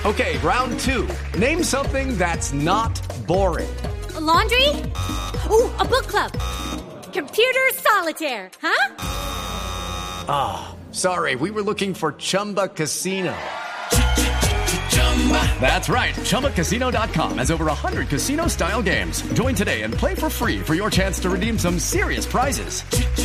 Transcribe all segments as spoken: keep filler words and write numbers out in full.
Okay, round two. Name something that's not boring. A laundry? Ooh, a book club. Computer solitaire, huh? Ah, oh, sorry, we were looking for Chumba Casino. That's right. Chumba Casino dot com has over one hundred casino-style games. Join today and play for free for your chance to redeem some serious prizes.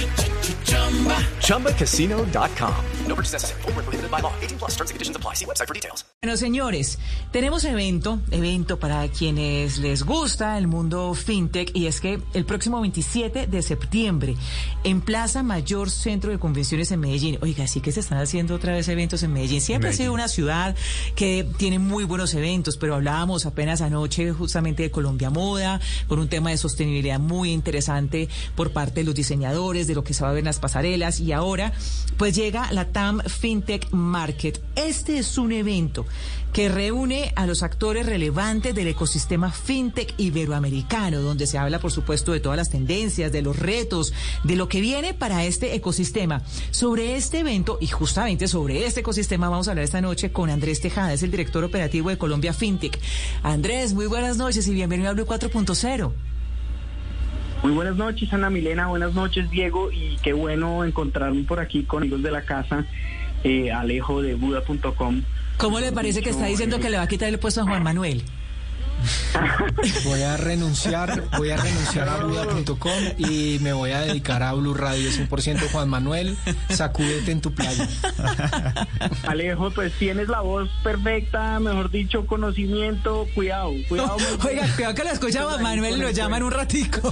Chumba Casino dot com. No purchase necessary. Void where prohibited by law. eighteen plus terms and conditions apply. See website for details. Bueno, señores, tenemos evento, evento para quienes les gusta el mundo fintech, y es que el próximo veintisiete de septiembre en Plaza Mayor Centro de Convenciones en Medellín. Oiga, sí que se están haciendo otra vez eventos en Medellín. Siempre Medellín ha sido una ciudad que tiene muy buenos eventos, pero hablábamos apenas anoche justamente de Colombia Moda, con un tema de sostenibilidad muy interesante por parte de los diseñadores, de lo que se va a ver en las pasarelas, y ahora pues llega la T A M Fintech Market. Este es un evento que reúne a los actores relevantes del ecosistema fintech iberoamericano, donde se habla, por supuesto, de todas las tendencias, de los retos, de lo que viene para este ecosistema. Sobre este evento y justamente sobre este ecosistema vamos a hablar esta noche con Andrés Tejada, es el director operativo de Colombia Fintech. Andrés, muy buenas noches y bienvenido a Blue cuatro punto cero. Muy buenas noches, Ana Milena, buenas noches, Diego, y qué bueno encontrarme por aquí con amigos de la casa, eh, Alejo de Buda punto com. ¿Cómo le parece que está diciendo que le va a quitar el puesto a Juan Manuel? Voy a renunciar, voy a renunciar a Buda punto com y me voy a dedicar a Blue Radio cien por ciento. Juan Manuel, sacúdete en tu playa. Alejo, pues tienes la voz perfecta, mejor dicho, conocimiento, cuidado, cuidado. No, oiga, cuidado que lo escucha Juan Manuel y lo llaman un ratico.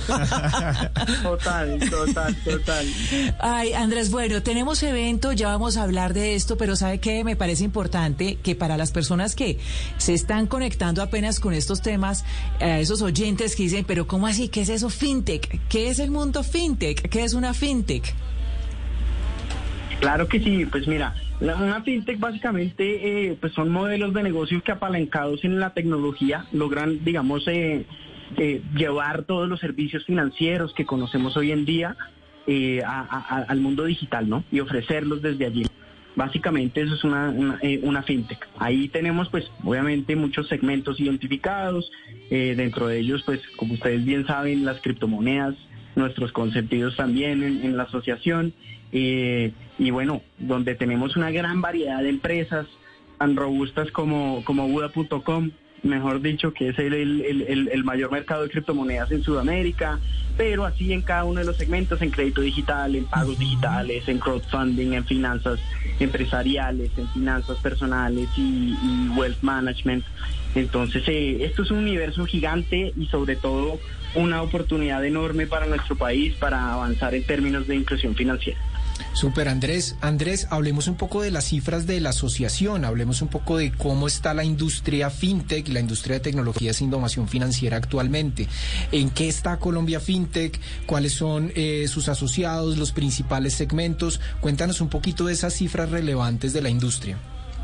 Total, total, total. Ay, Andrés, bueno, tenemos evento, ya vamos a hablar de esto, pero ¿sabe qué? Me parece importante que para las personas que se están conectando apenas con estos temas, a esos oyentes que dicen, pero ¿cómo así? ¿Qué es eso fintech? ¿Qué es el mundo fintech? ¿Qué es una fintech? Claro que sí, pues mira, la, una fintech básicamente eh, pues son modelos de negocios que apalancados en la tecnología logran, digamos, eh, eh, llevar todos los servicios financieros que conocemos hoy en día eh, a, a, al mundo digital, ¿no? Y ofrecerlos desde allí. Básicamente eso es una, una, eh, una fintech. Ahí tenemos pues obviamente muchos segmentos identificados, eh, dentro de ellos pues como ustedes bien saben las criptomonedas, nuestros consentidos también en, en la asociación, eh, y bueno, donde tenemos una gran variedad de empresas tan robustas como, como Buda punto com, mejor dicho, que es el, el, el, el mayor mercado de criptomonedas en Sudamérica, pero así en cada uno de los segmentos, en crédito digital, en pagos digitales, en crowdfunding, en finanzas empresariales, en finanzas personales y, y wealth management. Entonces, eh, esto es un universo gigante y sobre todo una oportunidad enorme para nuestro país para avanzar en términos de inclusión financiera. Super, Andrés. Andrés, hablemos un poco de las cifras de la asociación, hablemos un poco de cómo está la industria fintech y la industria de tecnologías e innovación financiera actualmente. ¿En qué está Colombia Fintech? ¿Cuáles son eh, sus asociados, los principales segmentos? Cuéntanos un poquito de esas cifras relevantes de la industria.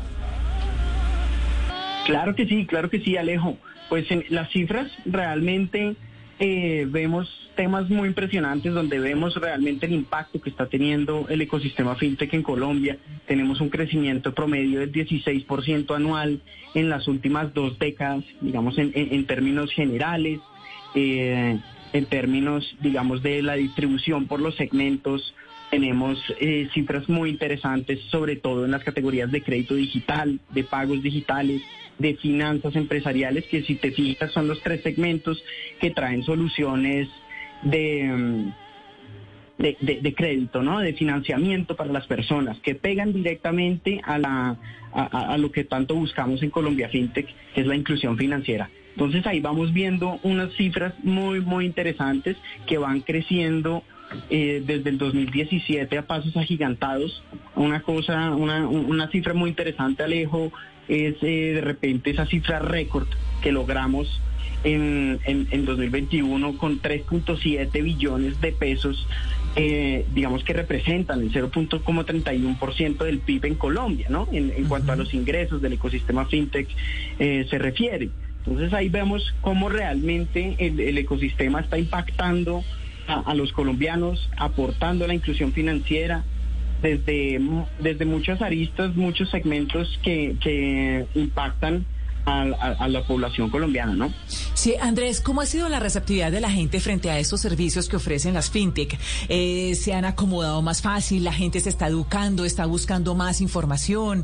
Claro que sí, claro que sí, Alejo. Pues en las cifras realmente... Eh, vemos temas muy impresionantes donde vemos realmente el impacto que está teniendo el ecosistema fintech en Colombia. Tenemos un crecimiento promedio del dieciséis por ciento anual en las últimas dos décadas, digamos en, en, en términos generales, eh, en términos, digamos, de la distribución por los segmentos. Tenemos eh, cifras muy interesantes, sobre todo en las categorías de crédito digital, de pagos digitales, de finanzas empresariales, que si te fijas son los tres segmentos que traen soluciones de, de, de, de crédito, ¿no? De financiamiento para las personas, que pegan directamente a, la, a, a lo que tanto buscamos en Colombia Fintech, que es la inclusión financiera. Entonces ahí vamos viendo unas cifras muy, muy interesantes que van creciendo Eh, desde el dos mil diecisiete a pasos agigantados. Una cosa, una, una cifra muy interesante, Alejo, es eh, de repente esa cifra récord que logramos en, en, en dos mil veintiuno con tres punto siete billones de pesos, eh, digamos que representan el cero punto treinta y uno por ciento del P I B en Colombia, ¿no? En, en cuanto a los ingresos del ecosistema fintech eh, se refiere. Entonces ahí vemos cómo realmente el, el ecosistema está impactando a, a los colombianos, aportando a la inclusión financiera desde, desde muchas aristas, muchos segmentos que, que impactan a, a, a la población colombiana, ¿no? Sí, Andrés, ¿cómo ha sido la receptividad de la gente frente a estos servicios que ofrecen las fintech? Eh, ¿Se han acomodado más fácil? ¿La gente se está educando, está buscando más información?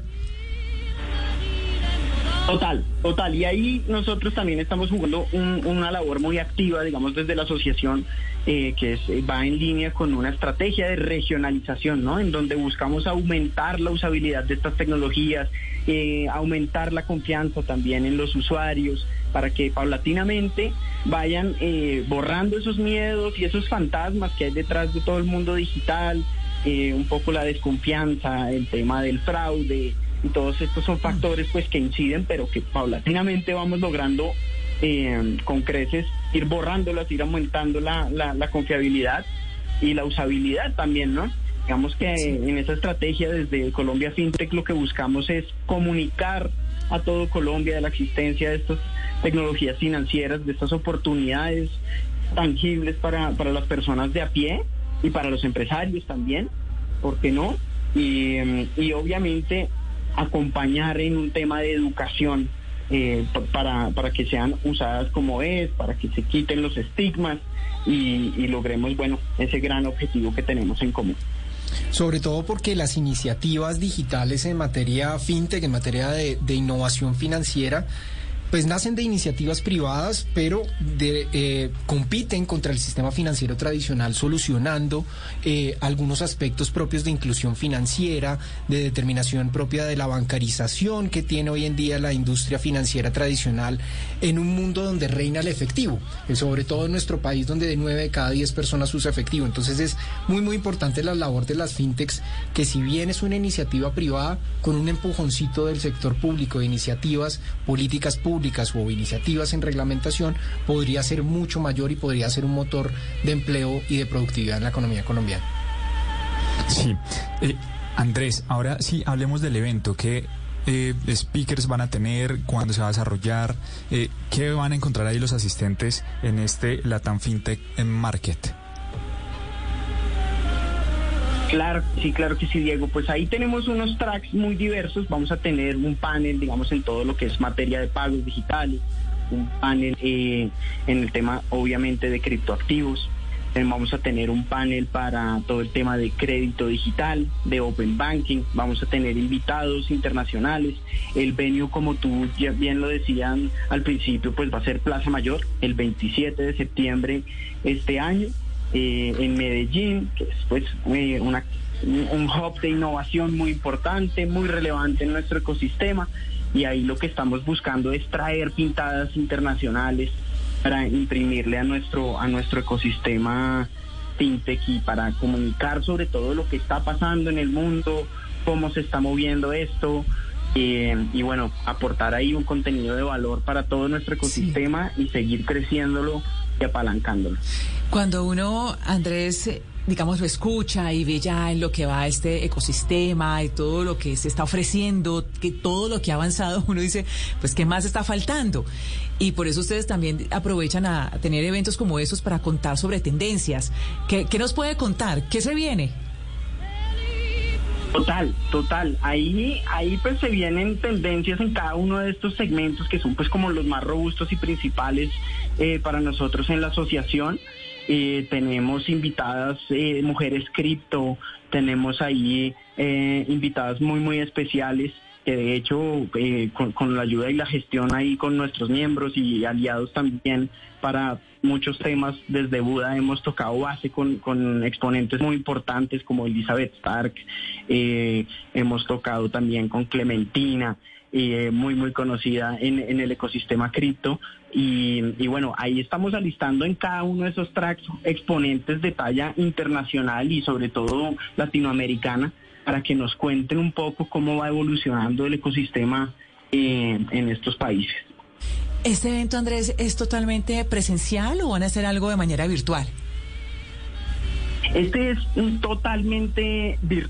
Total, total. Y ahí nosotros también estamos jugando un, una labor muy activa, digamos, desde la asociación, eh, que es, va en línea con una estrategia de regionalización, ¿no? En donde buscamos aumentar la usabilidad de estas tecnologías, eh, aumentar la confianza también en los usuarios, para que paulatinamente vayan eh, borrando esos miedos y esos fantasmas que hay detrás de todo el mundo digital, eh, un poco la desconfianza, el tema del fraude. Y todos estos son factores pues que inciden, pero que paulatinamente vamos logrando eh, con creces ir borrándolas, ir aumentando la, la, la confiabilidad y la usabilidad también, ¿no? Digamos que sí. En esa estrategia desde Colombia FinTech lo que buscamos es comunicar a todo Colombia de la existencia de estas tecnologías financieras, de estas oportunidades tangibles para, para las personas de a pie y para los empresarios también, ¿por qué no? Y, y obviamente acompañar en un tema de educación eh, para, para que sean usadas como es, para que se quiten los estigmas y, y logremos, bueno, ese gran objetivo que tenemos en común. Sobre todo porque las iniciativas digitales en materia fintech, en materia de, de innovación financiera, pues nacen de iniciativas privadas, pero de, eh, compiten contra el sistema financiero tradicional, solucionando eh, algunos aspectos propios de inclusión financiera, de determinación propia de la bancarización que tiene hoy en día la industria financiera tradicional en un mundo donde reina el efectivo, eh, sobre todo en nuestro país donde de nueve de cada diez personas usa efectivo. Entonces es muy muy importante la labor de las fintechs, que si bien es una iniciativa privada, con un empujoncito del sector público, de iniciativas políticas públicas, públicas o iniciativas en reglamentación, podría ser mucho mayor y podría ser un motor de empleo y de productividad en la economía colombiana. Sí, eh, Andrés, ahora sí hablemos del evento. ¿Qué eh, speakers van a tener? ¿Cuándo se va a desarrollar? Eh, ¿Qué van a encontrar ahí los asistentes en este Latam FinTech Market? Claro, sí, claro que sí, Diego. Pues ahí tenemos unos tracks muy diversos. Vamos a tener un panel, digamos, en todo lo que es materia de pagos digitales, un panel eh, en el tema, obviamente, de criptoactivos. Vamos a tener un panel para todo el tema de crédito digital, de open banking. Vamos a tener invitados internacionales. El venue, como tú ya bien lo decían al principio, pues va a ser Plaza Mayor el veintisiete de septiembre este año. Eh, en Medellín, que es pues eh, una, un hub de innovación muy importante, muy relevante en nuestro ecosistema, y ahí lo que estamos buscando es traer pintadas internacionales para imprimirle a nuestro a nuestro ecosistema fintech y para comunicar sobre todo lo que está pasando en el mundo, cómo se está moviendo esto, eh, y bueno, aportar ahí un contenido de valor para todo nuestro ecosistema sí. Y seguir creciéndolo y apalancándolo. Cuando uno, Andrés, digamos, lo escucha y ve ya en lo que va este ecosistema y todo lo que se está ofreciendo, que todo lo que ha avanzado, uno dice, pues, ¿qué más está faltando? Y por eso ustedes también aprovechan a tener eventos como esos para contar sobre tendencias. ¿Qué, qué nos puede contar? ¿Qué se viene? Total, total. Ahí, ahí pues se vienen tendencias en cada uno de estos segmentos que son pues como los más robustos y principales eh, para nosotros en la asociación. Eh, tenemos invitadas eh, mujeres cripto, tenemos ahí eh, invitadas muy muy especiales que de hecho eh, con, con la ayuda y la gestión ahí con nuestros miembros y aliados también para muchos temas desde Buda hemos tocado base con, con exponentes muy importantes como Elizabeth Stark, eh, hemos tocado también con Clementina, eh, muy muy conocida en, en el ecosistema cripto. Y, y bueno, ahí estamos alistando en cada uno de esos tracks exponentes de talla internacional y sobre todo latinoamericana para que nos cuenten un poco cómo va evolucionando el ecosistema eh, en estos países. ¿Este evento, Andrés, es totalmente presencial o van a hacer algo de manera virtual? Este es totalmente virtual.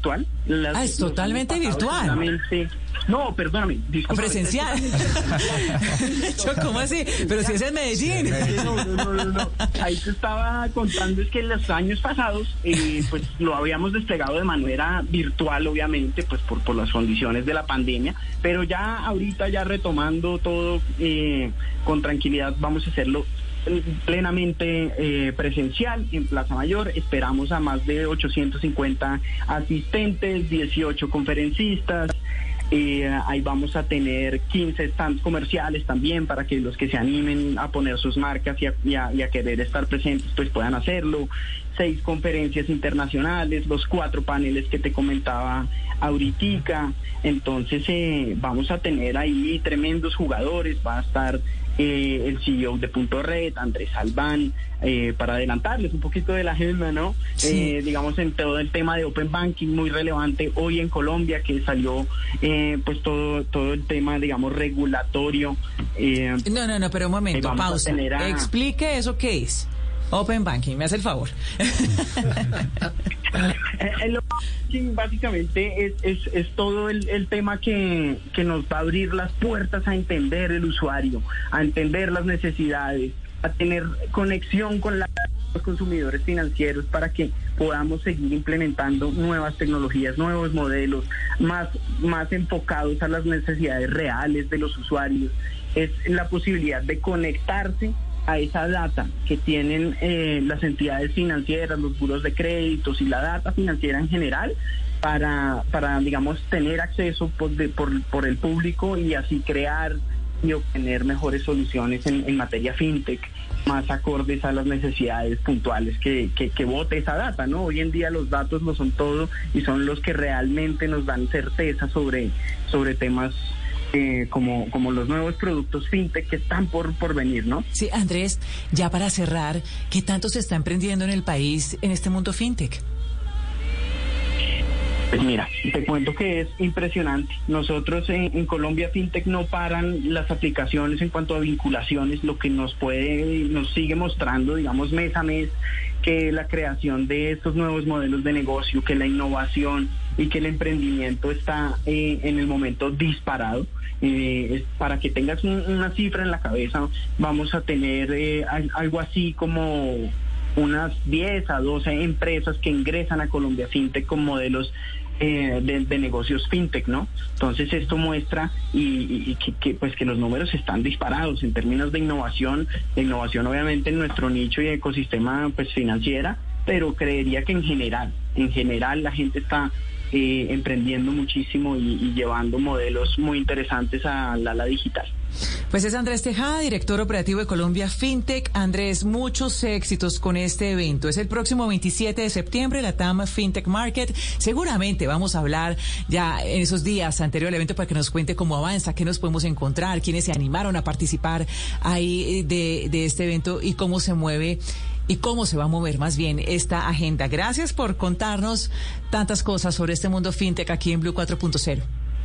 Las, ah, es totalmente virtual. No, perdóname. Disculpa, presencial. Yo, ¿cómo así? Pero si es en Medellín. No, no, no, no, no. Ahí te estaba contando es que en los años pasados, eh, pues lo habíamos desplegado de manera virtual, obviamente, pues por, por las condiciones de la pandemia, pero ya ahorita ya retomando todo eh, con tranquilidad, vamos a hacerlo plenamente eh, presencial en Plaza Mayor. Esperamos a más de ochocientos cincuenta asistentes, dieciocho conferencistas. Eh, ahí vamos a tener quince stands comerciales también para que los que se animen a poner sus marcas y a, y a, y a querer estar presentes pues puedan hacerlo. Seis conferencias internacionales, los cuatro paneles que te comentaba ahoritica. Entonces eh, vamos a tener ahí tremendos jugadores. Va a estar eh, el C E O de Punto Red, Andrés Albán, eh, para adelantarles un poquito de la agenda, ¿no? Sí. Eh, digamos en todo el tema de Open Banking, muy relevante hoy en Colombia, que salió eh, pues todo todo el tema, digamos, regulatorio. Eh, no, no, no, pero un momento, pausa. A... Explique eso qué es. Open Banking, me hace el favor. El Open Banking básicamente es, es, es todo el, el tema que, que nos va a abrir las puertas a entender el usuario, a entender las necesidades, a tener conexión con la, los consumidores financieros para que podamos seguir implementando nuevas tecnologías, nuevos modelos, más, más enfocados a las necesidades reales de los usuarios. Es la posibilidad de conectarse a esa data que tienen eh, las entidades financieras, los buros de créditos y la data financiera en general para, para digamos, tener acceso por, de, por, por el público y así crear y obtener mejores soluciones en, en materia fintech, más acordes a las necesidades puntuales que, que, que bote esa data, ¿no? Hoy en día los datos lo son todo y son los que realmente nos dan certeza sobre, sobre temas Eh, como, como los nuevos productos fintech que están por, por venir, ¿no? Sí, Andrés, ya para cerrar, ¿qué tanto se está emprendiendo en el país en este mundo fintech? Pues mira, te cuento que es impresionante. Nosotros en, en Colombia Fintech no paran las aplicaciones en cuanto a vinculaciones, lo que nos puede, nos sigue mostrando, digamos, mes a mes, que la creación de estos nuevos modelos de negocio, que la innovación y que el emprendimiento está eh, en el momento disparado. Eh, para que tengas un, una cifra en la cabeza, vamos a tener eh, algo así como unas diez a doce empresas que ingresan a Colombia Fintech con modelos eh, de, de negocios fintech, ¿no? Entonces esto muestra y, y, y que, que pues que los números están disparados en términos de innovación, de innovación obviamente en nuestro nicho y ecosistema pues financiera, pero creería que en general, en general la gente está Eh, emprendiendo muchísimo y, y llevando modelos muy interesantes a la, la digital. Pues es Andrés Tejada, director operativo de Colombia Fintech. Andrés, muchos éxitos con este evento. Es el próximo veintisiete de septiembre, la T A M Fintech Market. Seguramente vamos a hablar ya en esos días anterior al evento para que nos cuente cómo avanza, qué nos podemos encontrar, quiénes se animaron a participar ahí de, de este evento y cómo se mueve y cómo se va a mover más bien esta agenda. Gracias por contarnos tantas cosas sobre este mundo fintech aquí en Blue cuatro punto cero.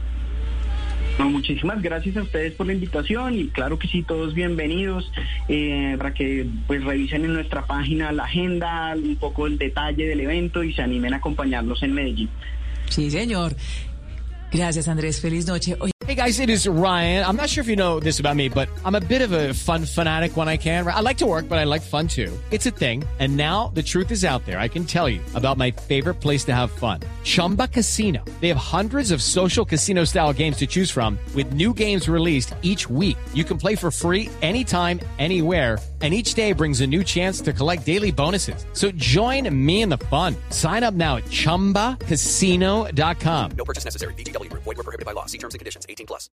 No, muchísimas gracias a ustedes por la invitación y claro que sí, todos bienvenidos eh, para que pues revisen en nuestra página la agenda, un poco el detalle del evento y se animen a acompañarnos en Medellín. Sí, señor. Gracias, Andrés. Feliz noche. Oye. Hey guys, it is Ryan. I'm not sure if you know this about me, but I'm a bit of a fun fanatic when I can. I like to work, but I like fun too. It's a thing. And now the truth is out there. I can tell you about my favorite place to have fun. Chumba Casino. They have hundreds of social casino style games to choose from with new games released each week. You can play for free anytime, anywhere. And each day brings a new chance to collect daily bonuses. So join me in the fun. Sign up now at chumba casino dot com. No purchase necessary. V G W Group. Void where prohibited by law. See terms and conditions. eighteen plus.